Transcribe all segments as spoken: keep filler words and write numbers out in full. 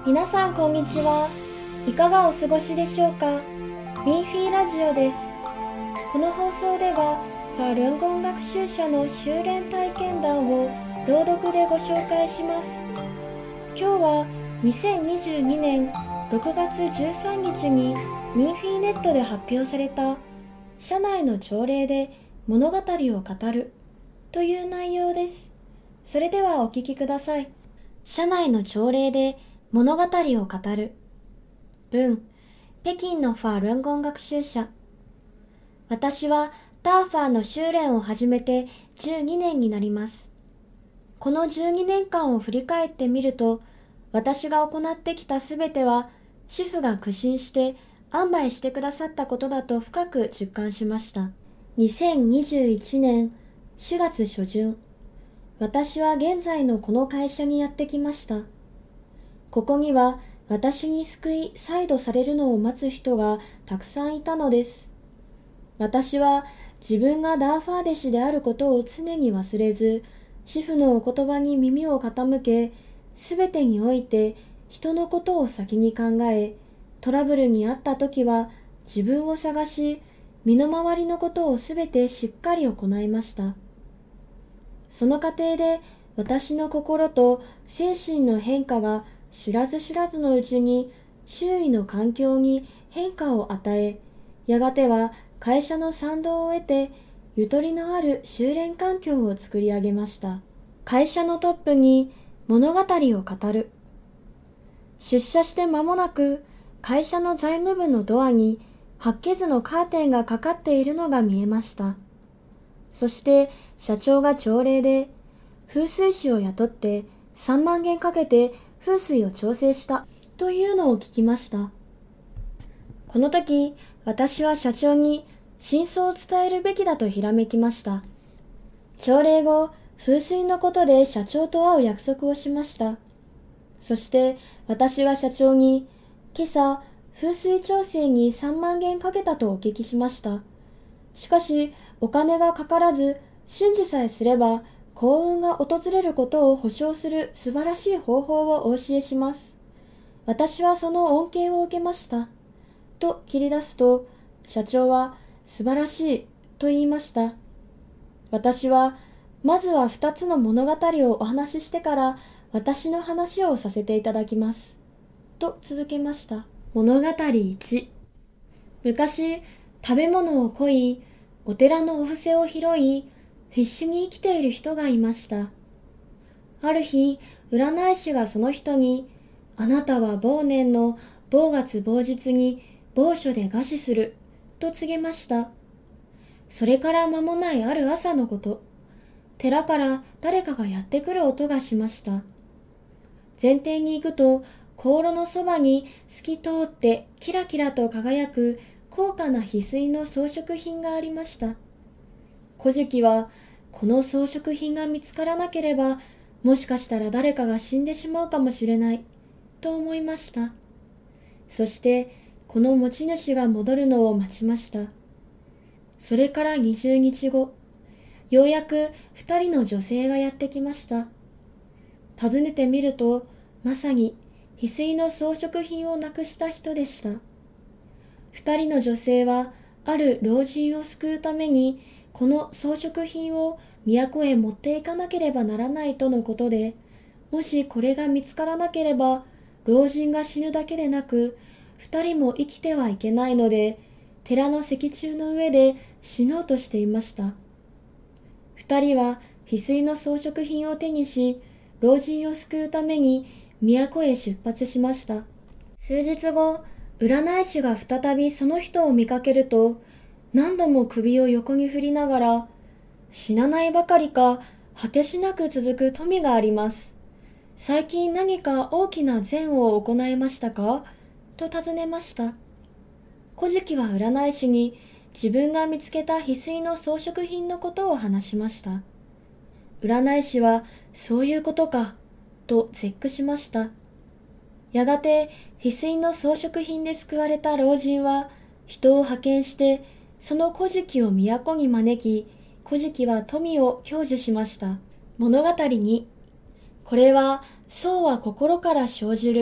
皆さんこんにちは。いかがお過ごしでしょうか。ミンフィーラジオです。この放送ではファルンゴン学習者の修練体験談を朗読でご紹介します。今日はにせんにじゅうにねんろくがつじゅうさんにちにミンフィーネットで発表された社内の朝礼で物語を語るという内容です。それではお聞きください。社内の朝礼で物語を語る。文、北京のファルンゴン学習者。私はターファーの修練を始めてじゅうにねんになります。このじゅうにねんかんを振り返ってみると、私が行ってきたすべては主婦が苦心して安排してくださったことだと深く実感しました。にせんにじゅういちねんしがつしょじゅん、私は現在のこの会社にやってきました。ここには私に救い再度されるのを待つ人がたくさんいたのです。私は自分がダーファー弟子であることを常に忘れず、主婦のお言葉に耳を傾け、すべてにおいて人のことを先に考え、トラブルにあったときは自分を探し、身の回りのことをすべてしっかり行いました。その過程で私の心と精神の変化が知らず知らずのうちに周囲の環境に変化を与え、やがては会社の賛同を得てゆとりのある修練環境を作り上げました。会社のトップに物語を語る。出社して間もなく会社の財務部のドアに白気図のカーテンがかかっているのが見えました。そして社長が朝礼で風水師を雇ってさんまんげんかけて風水を調整したというのを聞きました。この時、私は社長に真相を伝えるべきだとひらめきました。朝礼後、風水のことで社長と会う約束をしました。そして私は社長に、今朝風水調整にさんまんげんかけたとお聞きしました。しかし、お金がかからず、瞬時さえすれば、幸運が訪れることを保証する素晴らしい方法をお教えします。私はその恩恵を受けました。と切り出すと、社長は素晴らしいと言いました。私は、まずは二つの物語をお話ししてから、私の話をさせていただきます。と続けました。物語いち。昔、食べ物を乞い、お寺のお布施を拾い、必死に生きている人がいました。ある日、占い師がその人に、あなたは某年の某月某日に某所で餓死する、と告げました。それから間もないある朝のこと、寺から誰かがやってくる音がしました。前庭に行くと、香炉のそばに透き通ってキラキラと輝く高価な翡翠の装飾品がありました。古事記は、この装飾品が見つからなければ、もしかしたら誰かが死んでしまうかもしれない、と思いました。そして、この持ち主が戻るのを待ちました。それからにじゅうにちご、ようやく二人の女性がやってきました。訪ねてみると、まさに翡翠の装飾品をなくした人でした。二人の女性は、ある老人を救うために、この装飾品を都へ持っていかなければならないとのことで、もしこれが見つからなければ、老人が死ぬだけでなく、二人も生きてはいけないので、寺の石柱の上で死のうとしていました。二人は翡翠の装飾品を手にし、老人を救うために都へ出発しました。数日後、占い師が再びその人を見かけると、何度も首を横に振りながら、死なないばかりか、果てしなく続く富があります。最近何か大きな善を行いましたかと尋ねました。古事記は占い師に自分が見つけた翡翠の装飾品のことを話しました。占い師は、そういうことか、と絶句しました。やがて、翡翠の装飾品で救われた老人は、人を派遣して、その古事記を都に招き、古事記は富を享受しました。物語に、これは、そうは心から生じる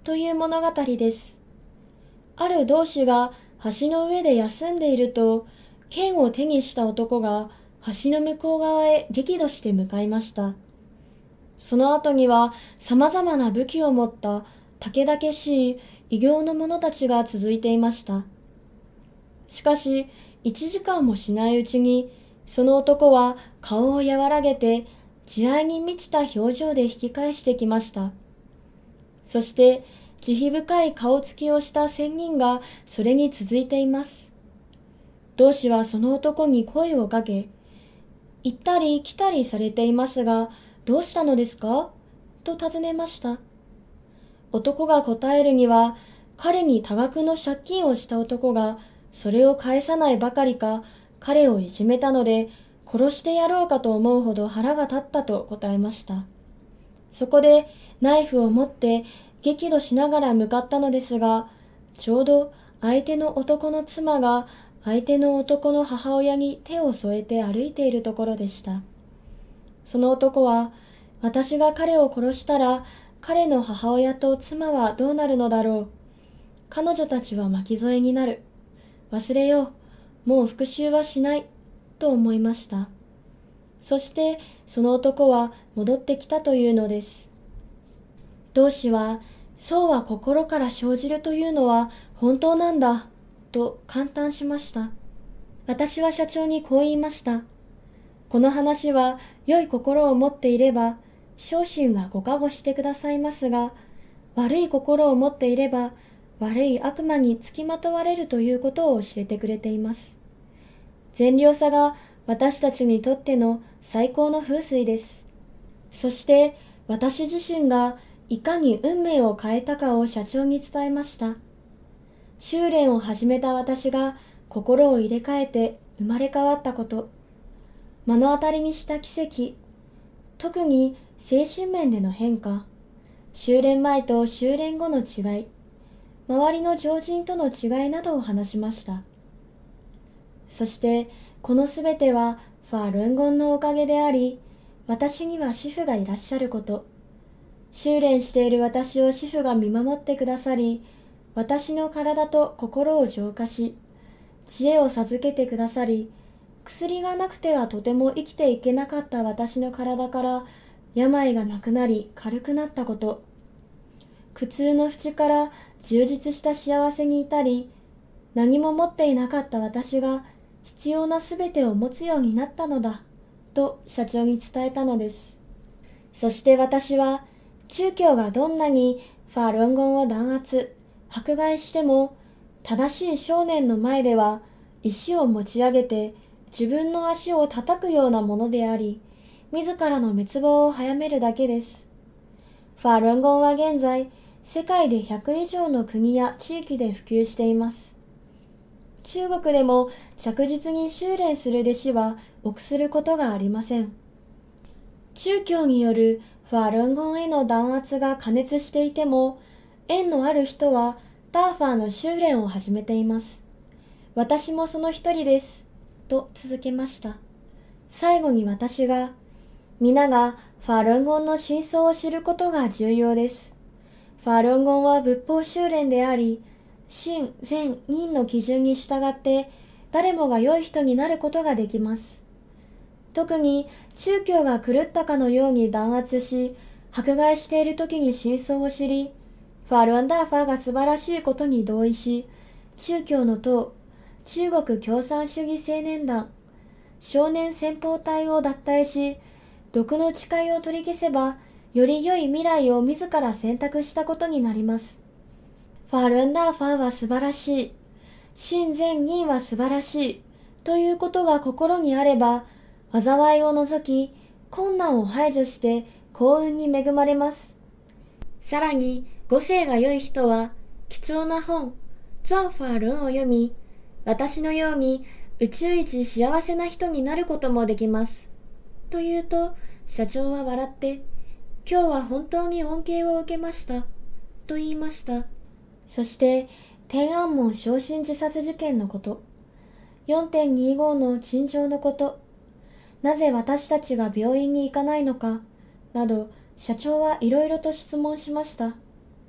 という物語です。ある同志が橋の上で休んでいると、剣を手にした男が橋の向こう側へ激怒して向かいました。その後には様々な武器を持った猛々しい異形の者たちが続いていました。しかし、一時間もしないうちに、その男は顔を和らげて、慈愛に満ちた表情で引き返してきました。そして、慈悲深い顔つきをした仙人がそれに続いています。同志はその男に声をかけ、行ったり来たりされていますが、どうしたのですかと尋ねました。男が答えるには、彼に多額の借金をした男が、それを返さないばかりか、彼をいじめたので、殺してやろうかと思うほど腹が立ったと答えました。そこでナイフを持って激怒しながら向かったのですが、ちょうど相手の男の妻が相手の男の母親に手を添えて歩いているところでした。その男は、私が彼を殺したら、彼の母親と妻はどうなるのだろう。彼女たちは巻き添えになる。忘れよう。もう復讐はしない。と思いました。そしてその男は戻ってきたというのです。同志は、そうは心から生じるというのは本当なんだ。と感嘆しました。私は社長にこう言いました。この話は良い心を持っていれば、小心はご加護してくださいますが、悪い心を持っていれば、悪い悪魔につきまとわれるということを教えてくれています。善良さが私たちにとっての最高の風水です。そして私自身がいかに運命を変えたかを社長に伝えました。修練を始めた私が心を入れ替えて生まれ変わったこと、目の当たりにした奇跡、特に精神面での変化、修練前と修練後の違い、周りの常人との違いなどを話しました。そしてこのすべてはファールンゴンのおかげであり、私には師父がいらっしゃること、修練している私を師父が見守ってくださり、私の体と心を浄化し、知恵を授けてくださり、薬がなくてはとても生きていけなかった私の体から病がなくなり軽くなったこと、苦痛の淵から充実した幸せに至り、何も持っていなかった私が必要なすべてを持つようになったのだ、と社長に伝えたのです。そして私は、宗教がどんなにファールンゴンを弾圧、迫害しても、正しい少年の前では石を持ち上げて自分の足を叩くようなものであり、自らの滅亡を早めるだけです。ファールンゴンは現在、世界でひゃく以上の国や地域で普及しています。中国でも着実に修練する弟子は臆することがありません。宗教によるファールンゴンへの弾圧が過熱していても、縁のある人はターファーの修練を始めています。私もその一人です。と続けました。最後に私が、皆がファールンゴンの真相を知ることが重要です。ファールンゴンは仏法修練であり、真、善、忍の基準に従って誰もが良い人になることができます。特に宗教が狂ったかのように弾圧し、迫害している時に真相を知り、ファールンダーファーが素晴らしいことに同意し、宗教の党、中国共産主義青年団、少年先鋒隊を脱退し、毒の誓いを取り消せば、より良い未来を自ら選択したことになります。ファールンダーファーは素晴らしい。真善忍は素晴らしい。ということが心にあれば、災いを除き、困難を排除して幸運に恵まれます。さらに、五性が良い人は、貴重な本、ゾンファールンを読み、私のように宇宙一幸せな人になることもできます。と言うと、社長は笑って、今日は本当に恩恵を受けました。と言いました。そして、天安門焼身自殺事件のこと、よんてんにじゅうご の陳情のこと、なぜ私たちが病院に行かないのか、など、社長はいろいろと質問しました。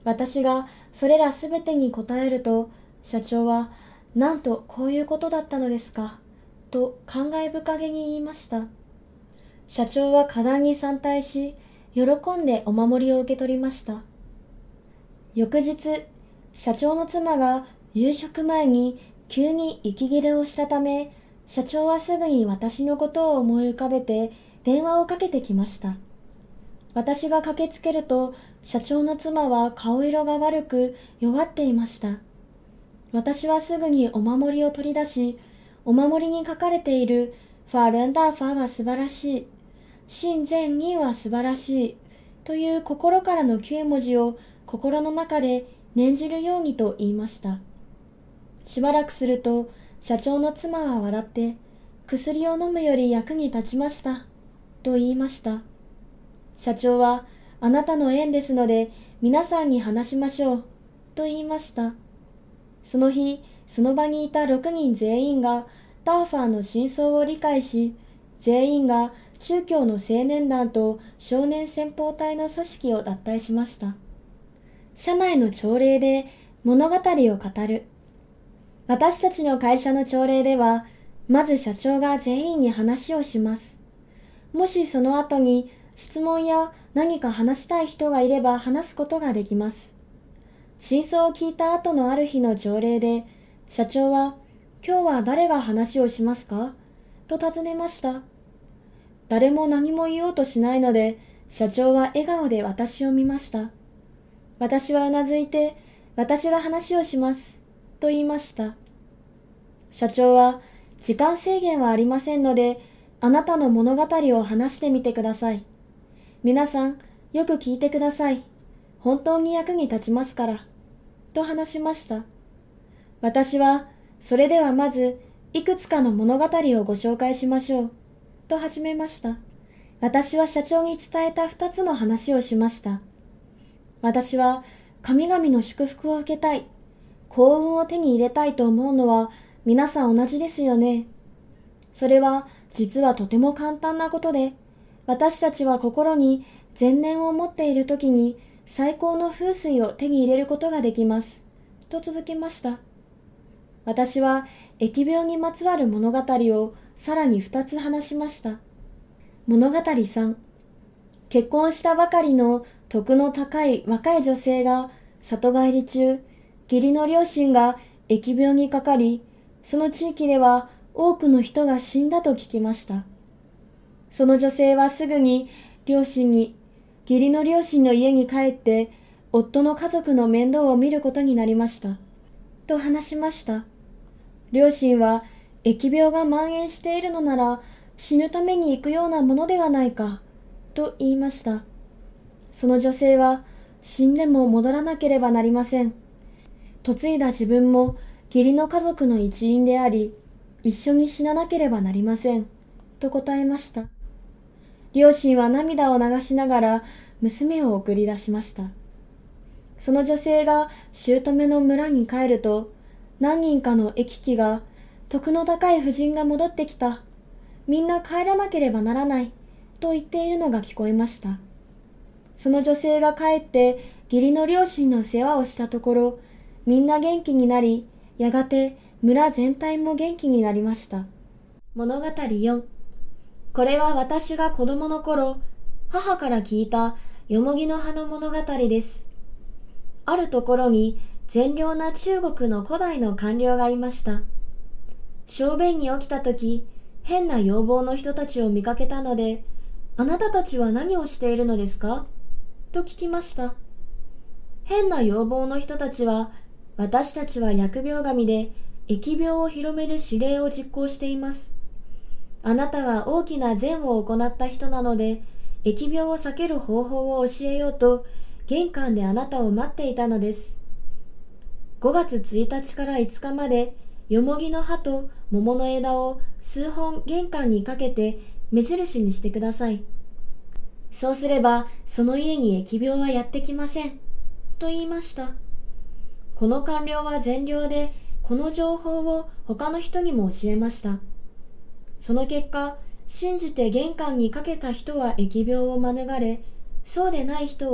私がそれらすべてに答えると、社長は、なんとこういうことだったのですか、と感慨深げに言いました。社長は果断に賛同し、喜んでお守りを受け取りました。翌日、社長の妻が夕食前に急に息切れをしたため、社長はすぐに私のことを思い浮かべて電話をかけてきました。私が駆けつけると、社長の妻は顔色が悪く弱っていました。私はすぐにお守りを取り出し、お守りに書かれているファルンダーファは素晴らしい、親善には素晴らしいという心からのきゅう文字を心の中で念じるようにと言いました。しばらくすると、社長の妻は笑って、薬を飲むより役に立ちました、と言いました。社長は、あなたの縁ですので、皆さんに話しましょう、と言いました。その日、その場にいたろくにん全員が、ダーファーの真相を理解し、全員が中教の青年団と少年先鋒隊の組織を脱退しました。社内の朝礼で物語を語る。私たちの会社の朝礼では、まず社長が全員に話をします。もしその後に質問や何か話したい人がいれば話すことができます。真相を聞いた後のある日の朝礼で、社長は、今日は誰が話をしますかと尋ねました。誰も何も言おうとしないので、社長は笑顔で私を見ました。私はうなずいて、私が話をします、と言いました。社長は、時間制限はありませんので、あなたの物語を話してみてください。皆さん、よく聞いてください。本当に役に立ちますから、と話しました。私は、それではまず、いくつかの物語をご紹介しましょう、と始めました。私は社長に伝えた二つの話をしました。私は、神々の祝福を受けたい、幸運を手に入れたいと思うのは、皆さん同じですよね。それは、実はとても簡単なことで、私たちは心に善念を持っているときに、最高の風水を手に入れることができます。と続けました。私は疫病にまつわる物語をさらに二つ話しました。物語さん、結婚したばかりの徳の高い若い女性が里帰り中、義理の両親が疫病にかかり、その地域では多くの人が死んだと聞きました。その女性はすぐに両親に、義理の両親の家に帰って、夫の家族の面倒を見ることになりました。と話しました。両親は、疫病が蔓延しているのなら、死ぬために行くようなものではないか、と言いました。その女性は、死んでも戻らなければなりません。嫁いだ自分も、義理の家族の一員であり、一緒に死ななければなりません、と答えました。両親は涙を流しながら娘を送り出しました。その女性が姑の村に帰ると、何人かの駅機が、徳の高い婦人が戻ってきた。みんな帰らなければならない。と言っているのが聞こえました。その女性が帰って義理の両親の世話をしたところ、みんな元気になり、やがて村全体も元気になりました。物語よん。これは私が子供の頃、母から聞いたよもぎの葉の物語です。あるところに善良な中国の古代の官僚がいました。小便に起きたとき、変な要望の人たちを見かけたので、あなたたちは何をしているのですかと聞きました。変な要望の人たちは、私たちは疫病神で疫病を広める指令を実行しています。あなたは大きな善を行った人なので、疫病を避ける方法を教えようと、玄関であなたを待っていたのです。ごがつついたちからいつかまで、よもぎの葉と桃の枝を数本玄関にかけて目印にしてください。そうすれば、その家に疫病はやってきません。と言いました。この官僚は善良で、この情報を他の人にも教えました。その結果、信じて玄関にかけた人は疫病を免れ、そうでない人は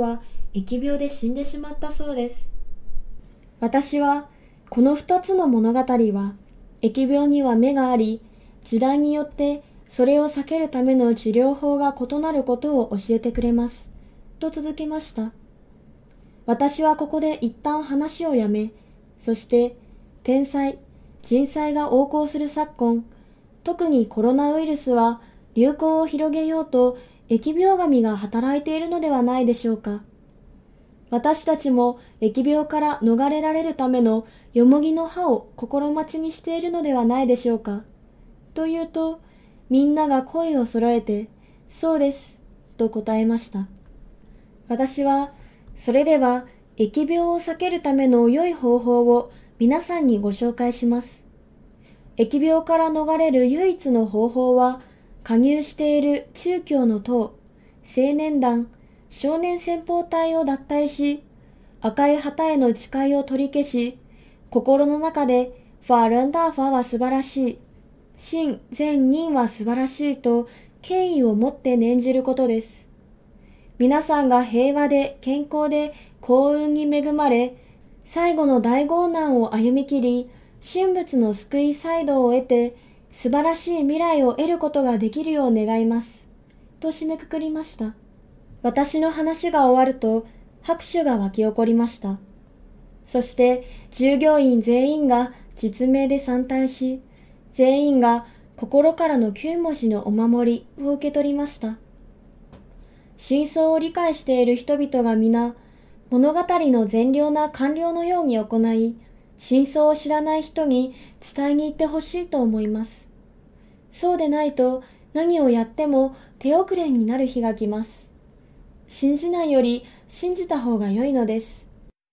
疫病で死んでしまったそうです。私はこの二つの物語は疫病には目があり、時代によってそれを避けるための治療法が異なることを教えてくれます。と続けました。私はここで一旦話をやめ、そして天災、人災が横行する昨今、特にコロナウイルスは流行を広げようと疫病神が働いているのではないでしょうか。私たちも疫病から逃れられるためのよもぎの葉を心待ちにしているのではないでしょうか。というと、みんなが声を揃えて、そうです、と答えました。私は、それでは疫病を避けるための良い方法を皆さんにご紹介します。疫病から逃れる唯一の方法は、加入している中教の党、青年団、少年先鋒隊を脱退し、赤い旗への誓いを取り消し、心の中でファールンダーファは素晴らしい、真善人は素晴らしいと敬意を持って念じることです。皆さんが平和で健康で幸運に恵まれ、最後の大劫難を歩み切り、神仏の救い祭道を得て、素晴らしい未来を得ることができるよう願います。と締めくくりました。私の話が終わると、拍手が湧き起こりました。そして、従業員全員が実名で参拝し、全員が心からのきゅう文字のお守りを受け取りました。真相を理解している人々が皆、物語の善良な官僚のように行い、真相を知らない人に伝えに行ってほしいと思います。そうでないと何をやっても手遅れになる日が来ます。信じないより信じた方が良いのです。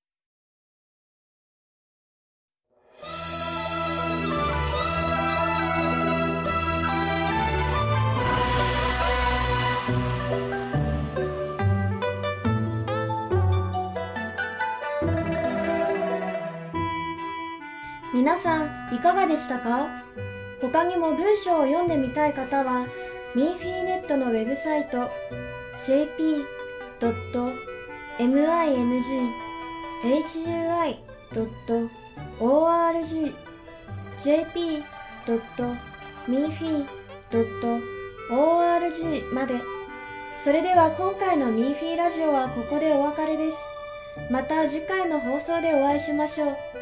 皆さんいかがでしたか？他にも文章を読んでみたい方はミーフィーネットのウェブサイト ジェーピードットミングハイドットオーアールジー ジェーピードットミーフィードットオーアールジー まで。それでは今回のミーフィーラジオはここでお別れです。また次回の放送でお会いしましょう。